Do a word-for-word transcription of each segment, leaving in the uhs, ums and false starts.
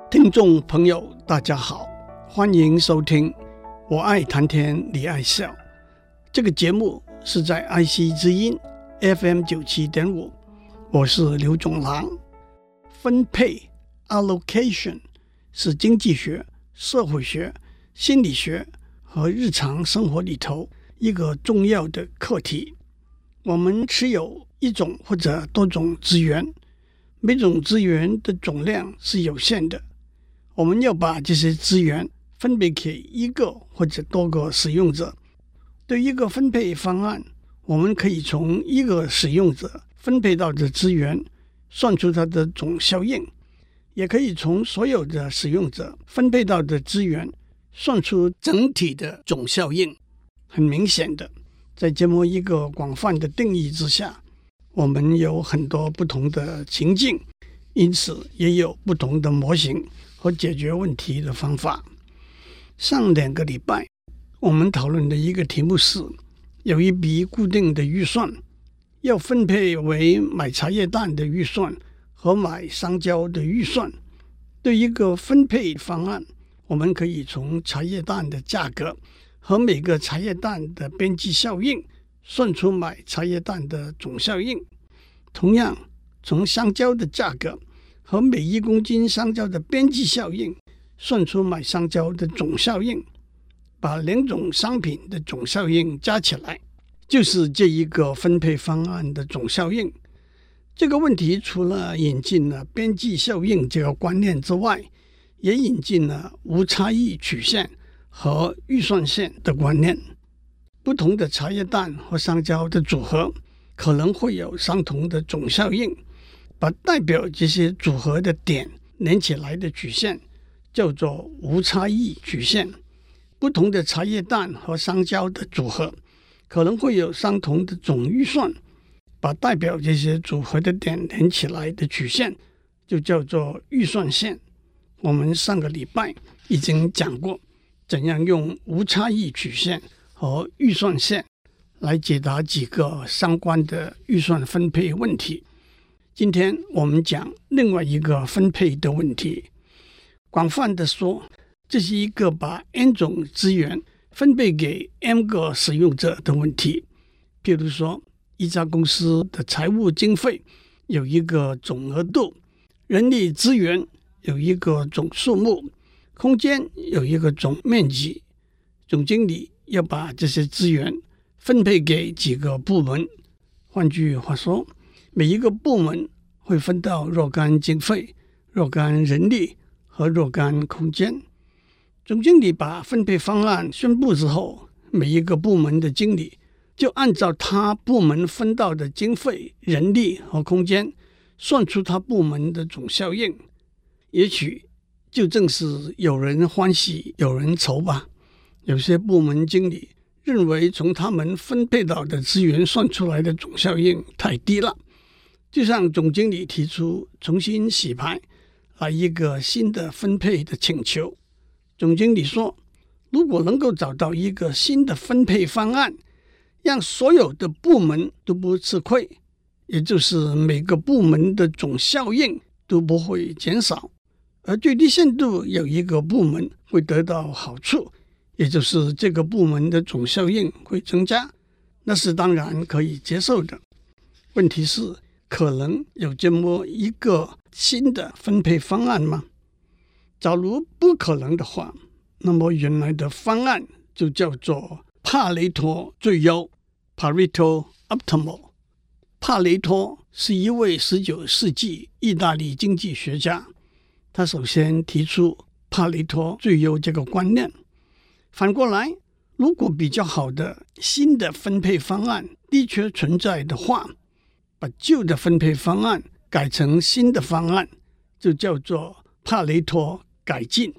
听众朋友大家好，欢迎收听我爱谈天你爱笑。这个节目是在 I C 之音 F M 九十七点五， 我是刘总郎。分配 allocation 是经济学、社会学、心理学和日常生活里头一个重要的课题。我们持有一种或者多种资源，每种资源的总量是有限的，我们要把这些资源分配给一个或者多个使用者。对一个分配方案，我们可以从一个使用者分配到的资源算出它的总效应，也可以从所有的使用者分配到的资源算出整体的总效应。很明显的，在这么一个广泛的定义之下，我们有很多不同的情境，因此也有不同的模型和解决问题的方法。上两个礼拜我们讨论的一个题目是，有一笔固定的预算要分配为买茶叶蛋的预算和买香蕉的预算。对一个分配方案，我们可以从茶叶蛋的价格和每个茶叶蛋的边际效应算出买茶叶蛋的总效应。同样，从香蕉的价格和每一公斤香蕉的边际效应算出买香蕉的总效应。把两种商品的总效应加起来，就是这一个分配方案的总效应。这个问题除了引进了边际效应这个观念之外，也引进了无差异曲线和预算线的观念。不同的茶叶蛋和香蕉的组合可能会有相同的总效应，把代表这些组合的点连起来的曲线叫做无差异曲线。不同的茶叶蛋和香蕉的组合可能会有相同的总预算，把代表这些组合的点连起来的曲线就叫做预算线。我们上个礼拜已经讲过怎样用无差异曲线和预算线来解答几个相关的预算分配问题。今天我们讲另外一个分配的问题。广泛的说，这是一个把 N 种资源分配给 M 个使用者的问题。譬如说，一家公司的财务经费有一个总额度，人力资源有一个总数目，空间有一个总面积。总经理要把这些资源分配给几个部门，换句话说，每一个部门会分到若干经费、若干人力和若干空间。总经理把分配方案宣布之后，每一个部门的经理就按照他部门分到的经费、人力和空间算出他部门的总效应。也许就正是有人欢喜有人愁吧。有些部门经理认为从他们分配到的资源算出来的总效应太低了，就像总经理提出重新洗牌来一个新的分配的请求。总经理说，如果能够找到一个新的分配方案，让所有的部门都不吃亏，也就是每个部门的总效应都不会减少，而最低限度有一个部门会得到好处，也就是这个部门的总效应会增加，那是当然可以接受的。问题是，可能有这么一个新的分配方案吗？假如不可能的话，那么原来的方案就叫做帕雷托最优 Pareto Optimal。 帕雷托是一位十九世纪意大利经济学家，他首先提出帕雷托最优这个观念。反过来，如果比较好的新的分配方案的确存在的话，把旧的分配方案改成新的方案就叫做帕雷托改进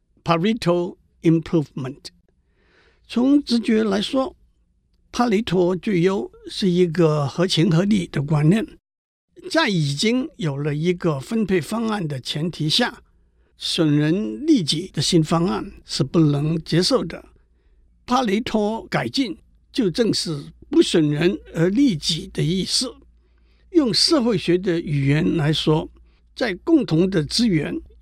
Pareto Improvement。 从直觉来说，帕雷托最优是一个合情合理的观念。在已经有了一个分配方案的前提下，损人利己的新方案是不能接受的。帕雷托改进就正是不损人而利己的意思。用社会学的语言来说，在共同的资源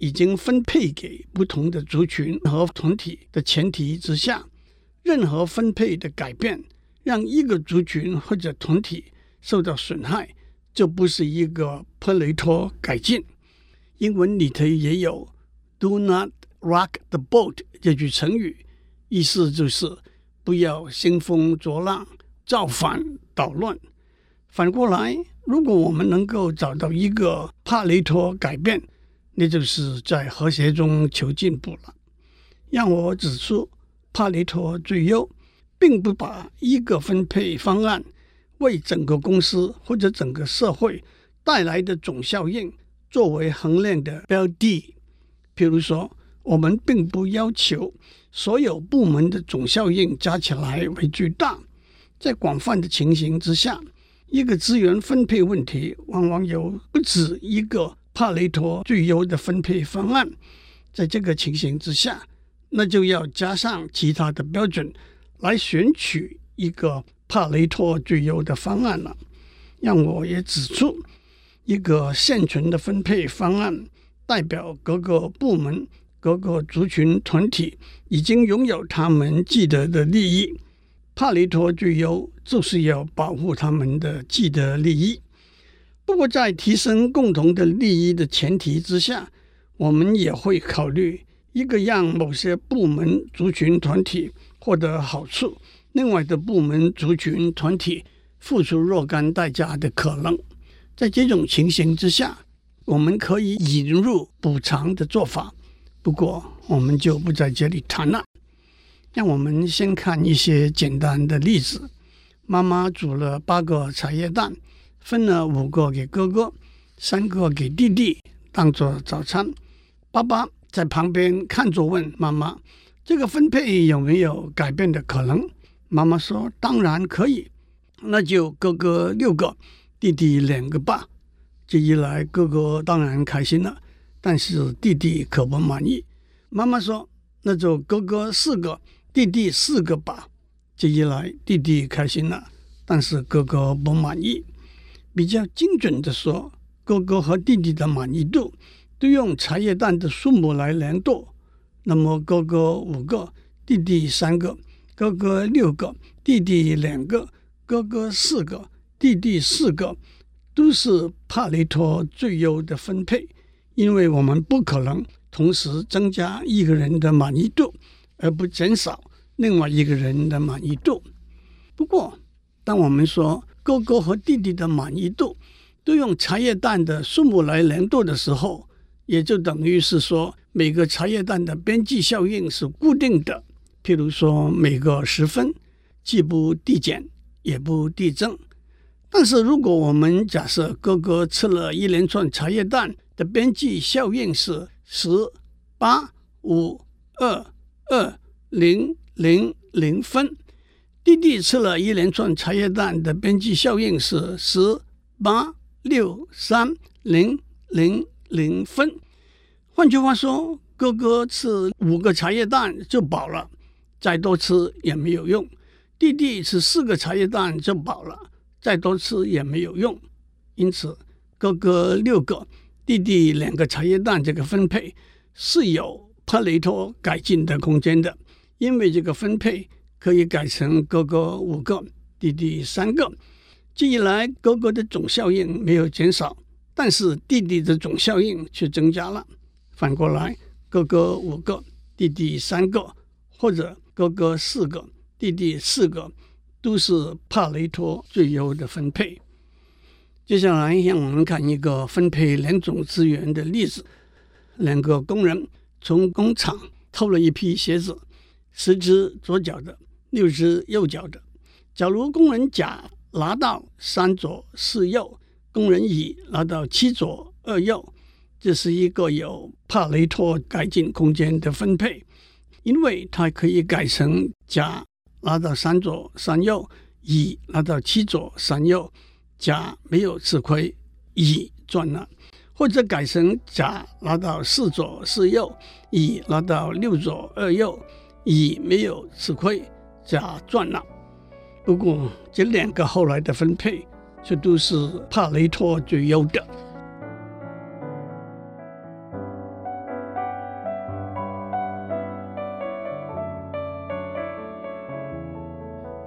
已经分配给不同的族群和团体的前提之下，任何分配的改变让一个族群或者团体受到损害，就不是一个帕雷托改进。英文里头也有 Do not rock the boat 这句成语，意思就是不要兴风作浪，造反捣乱。反过来，如果我们能够找到一个帕雷托改变，那就是在和谐中求进步了。让我指出，帕雷托最优并不把一个分配方案为整个公司或者整个社会带来的总效应作为衡量的标的。譬如说，我们并不要求所有部门的总效应加起来为最大。在广泛的情形之下，一个资源分配问题往往有不止一个帕雷托最优的分配方案。在这个情形之下，那就要加上其他的标准来选取一个帕雷托最优的方案了。让我也指出，一个现存的分配方案代表各个部门、各个族群团体已经拥有他们既得的利益。帕雷托最优就是要保护他们的既得利益。不过在提升共同的利益的前提之下，我们也会考虑一个让某些部门族群团体获得好处，另外的部门族群团体付出若干代价的可能。在这种情形之下，我们可以引入补偿的做法，不过我们就不在这里谈了。让我们先看一些简单的例子。妈妈煮了八个茶叶蛋，分了五个给哥哥，三个给弟弟当做早餐。爸爸在旁边看着问妈妈，这个分配有没有改变的可能？妈妈说当然可以，那就哥哥六个，弟弟两个吧。这一来哥哥当然开心了，但是弟弟可不满意。妈妈说那就哥哥四个，弟弟四个吧。这一来弟弟开心了，但是哥哥不满意。比较精准的说，哥哥和弟弟的满意度都用茶叶蛋的数目来量度。那么哥哥五个，弟弟三个，哥哥六个，弟弟两个，哥哥四个，弟弟四个，都是帕雷托最优的分配。因为我们不可能同时增加一个人的满意度，而不减少另外一个人的满意度。不过当我们说哥哥和弟弟的满意度都用茶叶蛋的数目来量度的时候，也就等于是说每个茶叶蛋的边际效应是固定的。譬如说每个十分，既不递减也不递增。但是如果我们假设哥哥吃了一连串茶叶蛋的边际效应是十、八、五、二、二、零、零、零分，弟弟吃了一连串茶叶蛋的边际效应是十、八、六、三、零、零、零分。换句话说，哥哥吃五个茶叶蛋就饱了，再多吃也没有用；弟弟吃四个茶叶蛋就饱了，再多吃也没有用。因此哥哥六个，弟弟两个茶叶蛋这个分配是有帕雷托改进的空间的，因为这个分配可以改成哥哥五个，弟弟三个。这一来哥哥的总效应没有减少，但是弟弟的总效应却增加了。反过来，哥哥五个，弟弟三个，或者哥哥四个，弟弟四个，都是帕雷托最优的分配。接下来让我们看一个分配两种资源的例子。两个工人从工厂偷了一批鞋子，十只左脚的，六只右脚的。假如工人甲拿到三左四右，工人乙拿到七左二右，这是一个有帕雷托改进空间的分配，因为它可以改成甲拿到三左三右，乙拿到七左三右，甲没有吃亏，乙赚了；或者改成甲拿到四左四右，乙拿到六左二右，乙没有吃亏，甲赚了。不过这两个后来的分配却都是帕雷托最优的。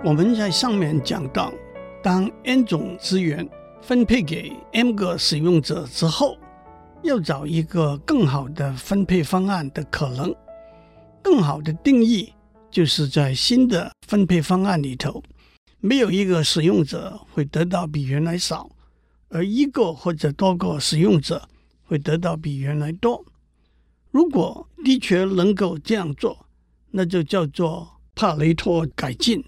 我们在上面讲到，当 N 种资源分配给 M 个使用者之后，要找一个更好的分配方案的可能。更好的定义就是在新的分配方案里头，没有一个使用者会得到比原来少，而一个或者多个使用者会得到比原来多。如果的确能够这样做，那就叫做帕雷托改进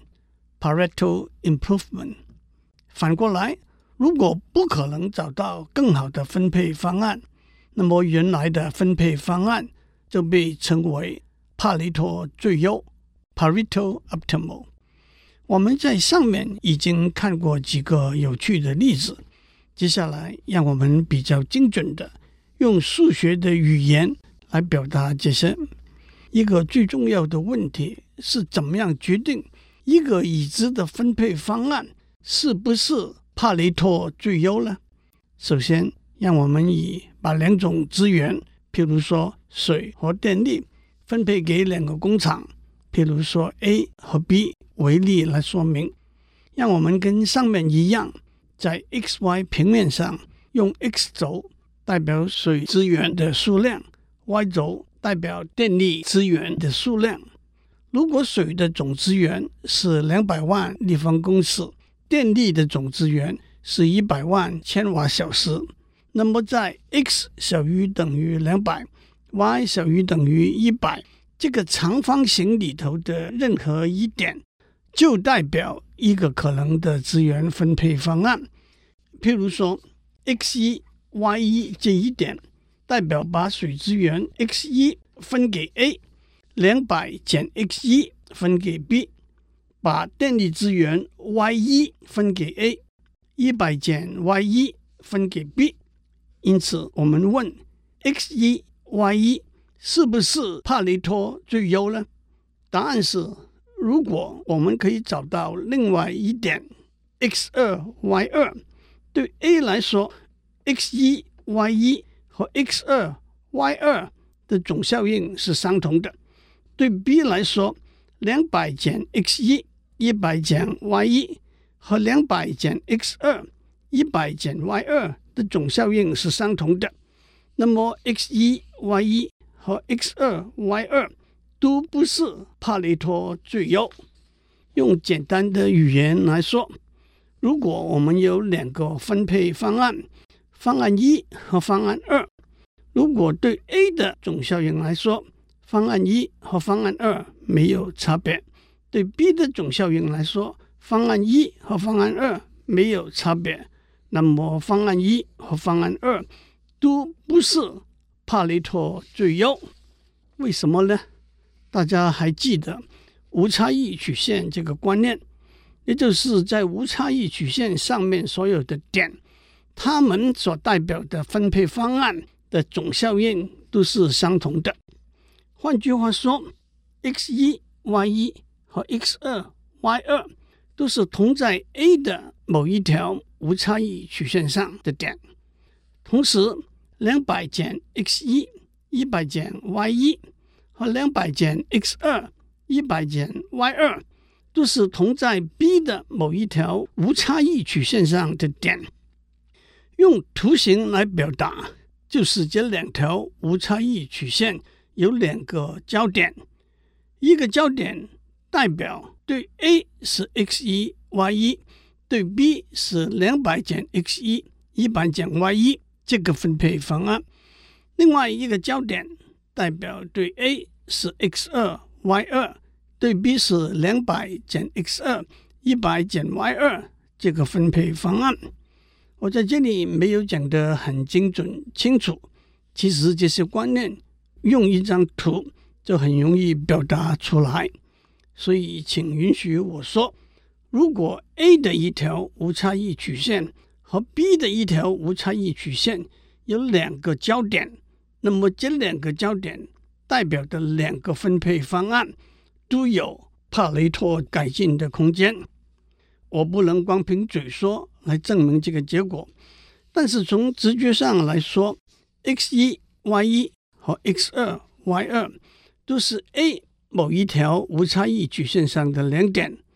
Pareto Improvement。 反过来，如果不可能找到更好的分配方案，那么原来的分配方案就被称为帕雷托最优 Pareto Optimal。 我们在上面已经看过几个有趣的例子，接下来让我们比较精准的用数学的语言来表达这些。一个最重要的问题是怎么样决定一个已知的分配方案是不是帕雷托最优呢？首先，让我们以把两种资源，譬如说水和电力，分配给两个工厂，譬如说 A 和 B 为例来说明。让我们跟上面一样，在 X Y 平面上用 X 轴代表水资源的数量， Y 轴代表电力资源的数量。如果水的总资源是两百万立方公尺，电力的总资源是一百万千瓦小时，那么在 X 小于等于两百 Y 小于等于一百这个长方形里头的任何一点，就代表一个可能的资源分配方案。譬如说 X 一 Y 一 这一点代表把水资源 X 一 分给 A， 两百减 X 一 分给 B， 把电力资源 Y 一 分给 A， 一百减 Y 一 分给 B。 因此我们问 X 一 Y 一 是不是帕雷托最优呢？答案是，如果我们可以找到另外一点 X 二 Y 二， 对 A 来说 X 一 Y 一 和 X 二 Y 二 的总效应是相同的，对 B 来说两百减 X 一 一百减 Y 一 和两百减 X 二 一百减 Y 二 的总效应是相同的，那么 X 一 Y 一 和 X 二 Y 二 都不是帕雷托最优。用简单的语言来说，如果我们有两个分配方案，方案一和方案二，如果对 A 的总效应来说，方案一和方案二没有差别，对 B 的总效应来说，方案一和方案二没有差别，那么方案一和方案二都不是帕雷托最优。为什么呢？大家还记得无差异曲线这个观念，也就是在无差异曲线上面所有的点，它们所代表的分配方案的总效应都是相同的。换句话说， X 一 Y 一 和 X 二 Y 二 都是同在 A 的某一条无差异曲线上的点。同时两百减 X 一 一百减 Y 一 和两百减 X 二 一百减 Y 二 都是同在 B 的某一条无差异曲线上的点。用图形来表达，就是这两条无差异曲线有两个焦点，一个焦点代表对 A 是 X 一 Y 一， 对 B 是两百减 X 一 一百减 Y 一 这个分配方案。另外一个焦点代表对 A 是 X 二 Y 二， 对 B 是两百减 X 二 一百减 Y 二 这个分配方案。我在这里没有讲得很精准清楚，其实这些观念用一张图就很容易表达出来，所以请允许我说，如果 A 的一条无差异曲线和 B 的一条无差异曲线有两个焦点，那么这两个焦点代表的两个分配方案都有帕雷托改进的空间。我不能光凭嘴说来证明这个结果，但是从直觉上来说， X 一 Y 一 和 X 二 Y 二 都是 A 某一条无差异曲线上的两点。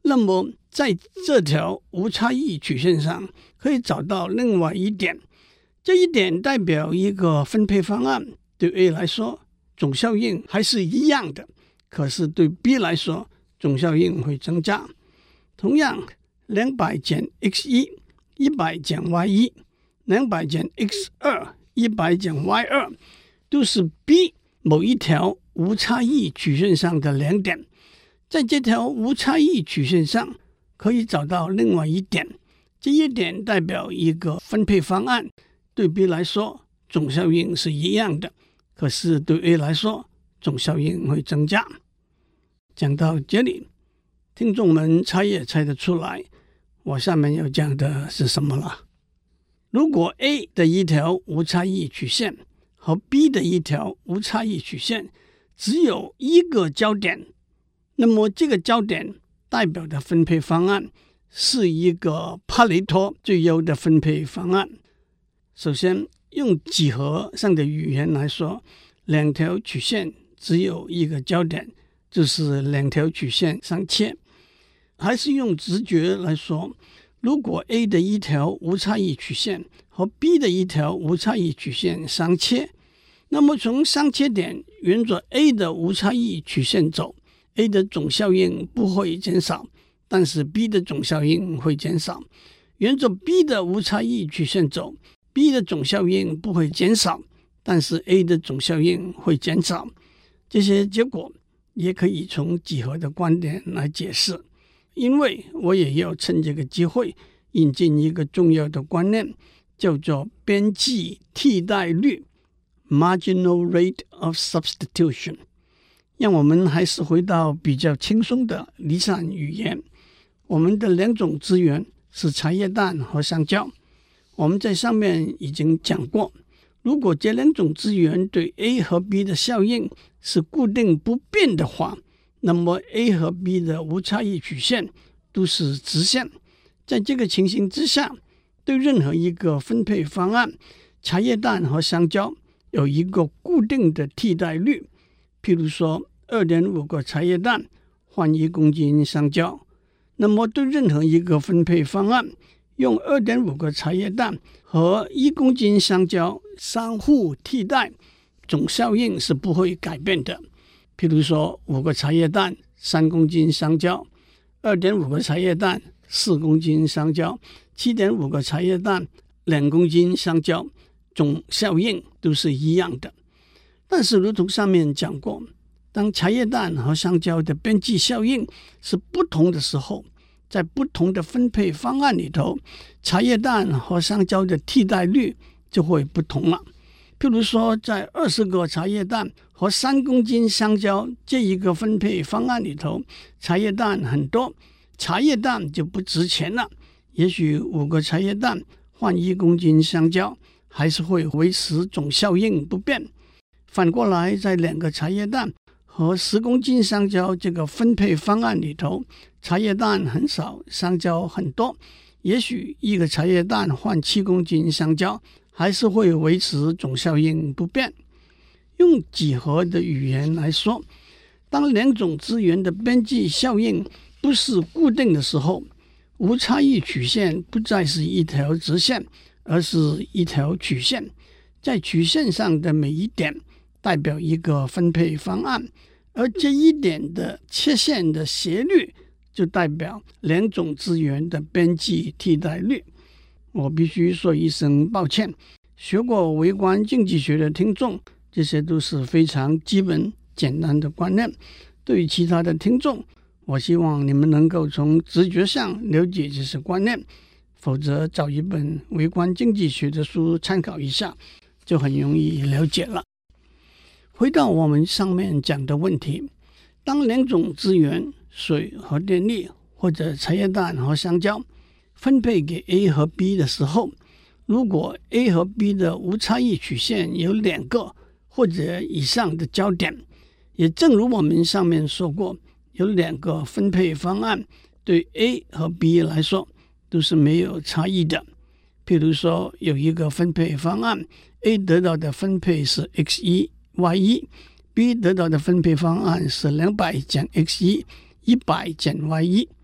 那么在这条无差异曲线上可以找到另外一点，这一点代表一个分配方案对 A 来说总效应还是一样的，可是对 B 来说总效应会增加。同样两百减 x 一 一百减 y 一 两百减 x 二 一百减 y 二 都是 B 某一条无差异曲线上的两点。在这条无差异曲线上可以找到另外一点，这一点代表一个分配方案对 B 来说总效应是一样的，可是对 A 来说总效应会增加。讲到这里，听众们猜也猜得出来我下面要讲的是什么了。如果 A 的一条无差异曲线和 B 的一条无差异曲线只有一个交点，那么这个焦点代表的分配方案是一个帕雷托最优的分配方案。首先用几何上的语言来说，两条曲线只有一个焦点，就是两条曲线相切。还是用直觉来说，如果 A 的一条无差异曲线和 B 的一条无差异曲线相切，那么从相切点沿着 A 的无差异曲线走， A 的总效应不会减少，但是 B 的总效应会减少。沿着 B 的无差异曲线走， B 的总效应不会减少，但是 A 的总效应会减少。这些结果也可以从几何的观点来解释，因为我也要趁这个机会引进一个重要的观念，叫做边际替代率 Marginal Rate of Substitution。让我们还是回到比较轻松的离散语言。我们的两种资源是茶叶蛋和香蕉。我们在上面已经讲过，如果这两种资源对 A 和 B 的效应是固定不变的话，那么 A 和 B 的无差异曲线都是直线。在这个情形之下，对任何一个分配方案，茶叶蛋和香蕉有一个固定的替代率。譬如说 二点五 个茶叶蛋换一公斤香蕉，那么对任何一个分配方案，用 二点五 个茶叶蛋和一公斤香蕉相互替代，总效应是不会改变的。譬如说五个茶叶蛋三公斤香蕉， 二点五 个茶叶蛋四公斤香蕉， 七点五 个茶叶蛋两公斤香蕉，总效应都是一样的。但是如同上面讲过，当茶叶蛋和香蕉的边际效应是不同的时候，在不同的分配方案里头，茶叶蛋和香蕉的替代率就会不同了。譬如说在二十个茶叶蛋和三公斤香蕉这一个分配方案里头，茶叶蛋很多，茶叶蛋就不值钱了。也许五个茶叶蛋换一公斤香蕉还是会维持总效应不变。反过来，在两个茶叶蛋和十公斤香蕉这个分配方案里头，茶叶蛋很少，香蕉很多，也许一个茶叶蛋换七公斤香蕉还是会维持总效应不变。用几何的语言来说，当两种资源的边际效应不是固定的时候，无差异曲线不再是一条直线，而是一条曲线。在曲线上的每一点代表一个分配方案，而这一点的切线的斜率就代表两种资源的边际替代率。我必须说一声抱歉，学过微观经济学的听众，这些都是非常基本简单的观念。对于其他的听众，我希望你们能够从直觉上了解这些观念，否则找一本微观经济学的书参考一下，就很容易了解了。回到我们上面讲的问题，当两种资源，水和电力，或者茶叶蛋和香蕉，分配给 A 和 B 的时候，如果 A 和 B 的无差异曲线有两个或者以上的焦点，也正如我们上面说过，有两个分配方案对 A 和 B 来说都是没有差异的。譬如说有一个分配方案， A 得到的分配是 x 一 y 一， B 得到的分配方案是两百减 x 一， 一百减 y 一。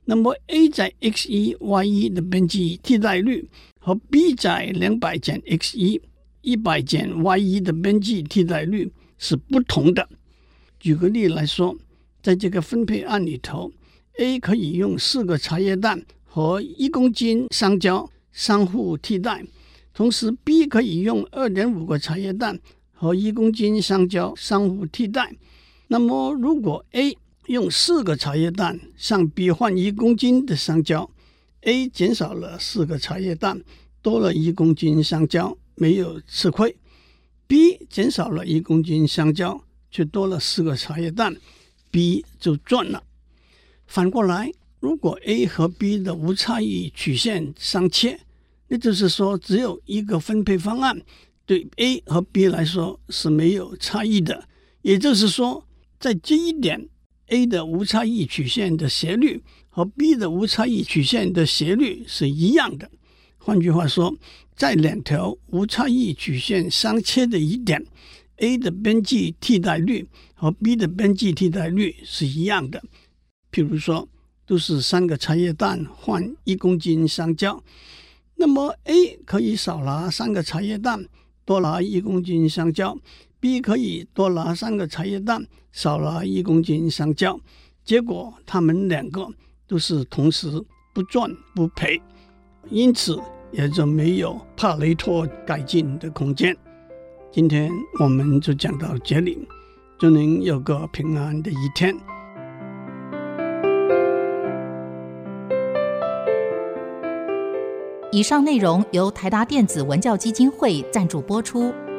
那么 A 在 X 一 Y 一 的边际替代率和 B 在两百减 X 一 一百减 Y 一 的边际替代率是不同的。举个例来说，在这个分配案里头， A 可以用四个茶叶蛋和一公斤香蕉相互替代，同时 B 可以用 二点五个茶叶蛋和一公斤香蕉相互替代。那么如果 A 用四个茶叶蛋向 B 换一公斤的香蕉， A 减少了四个茶叶蛋，多了一公斤香蕉，没有吃亏。 B 减少了一公斤香蕉，却多了四个茶叶蛋， B 就赚了。反过来，如果 A 和 B 的无差异曲线相切，那就是说只有一个分配方案，对 A 和 B 来说是没有差异的。也就是说，在这一点， A 的无差异曲线的斜率和 B 的无差异曲线的斜率是一样的。换句话说，在两条无差异曲线相切的一点， A 的边际替代率和 B 的边际替代率是一样的。譬如说，都是三个茶叶蛋换一公斤香蕉，那么 A 可以少拿三个茶叶蛋，多拿一公斤香蕉， B 可以多拿三个茶叶蛋，少拿一公斤香蕉。结果他们两个都是同时不赚不赔，因此也就没有帕雷托改进的空间。今天我们就讲到这里，祝您有个平安的一天。 以上内容由台达电子文教基金会赞助播出。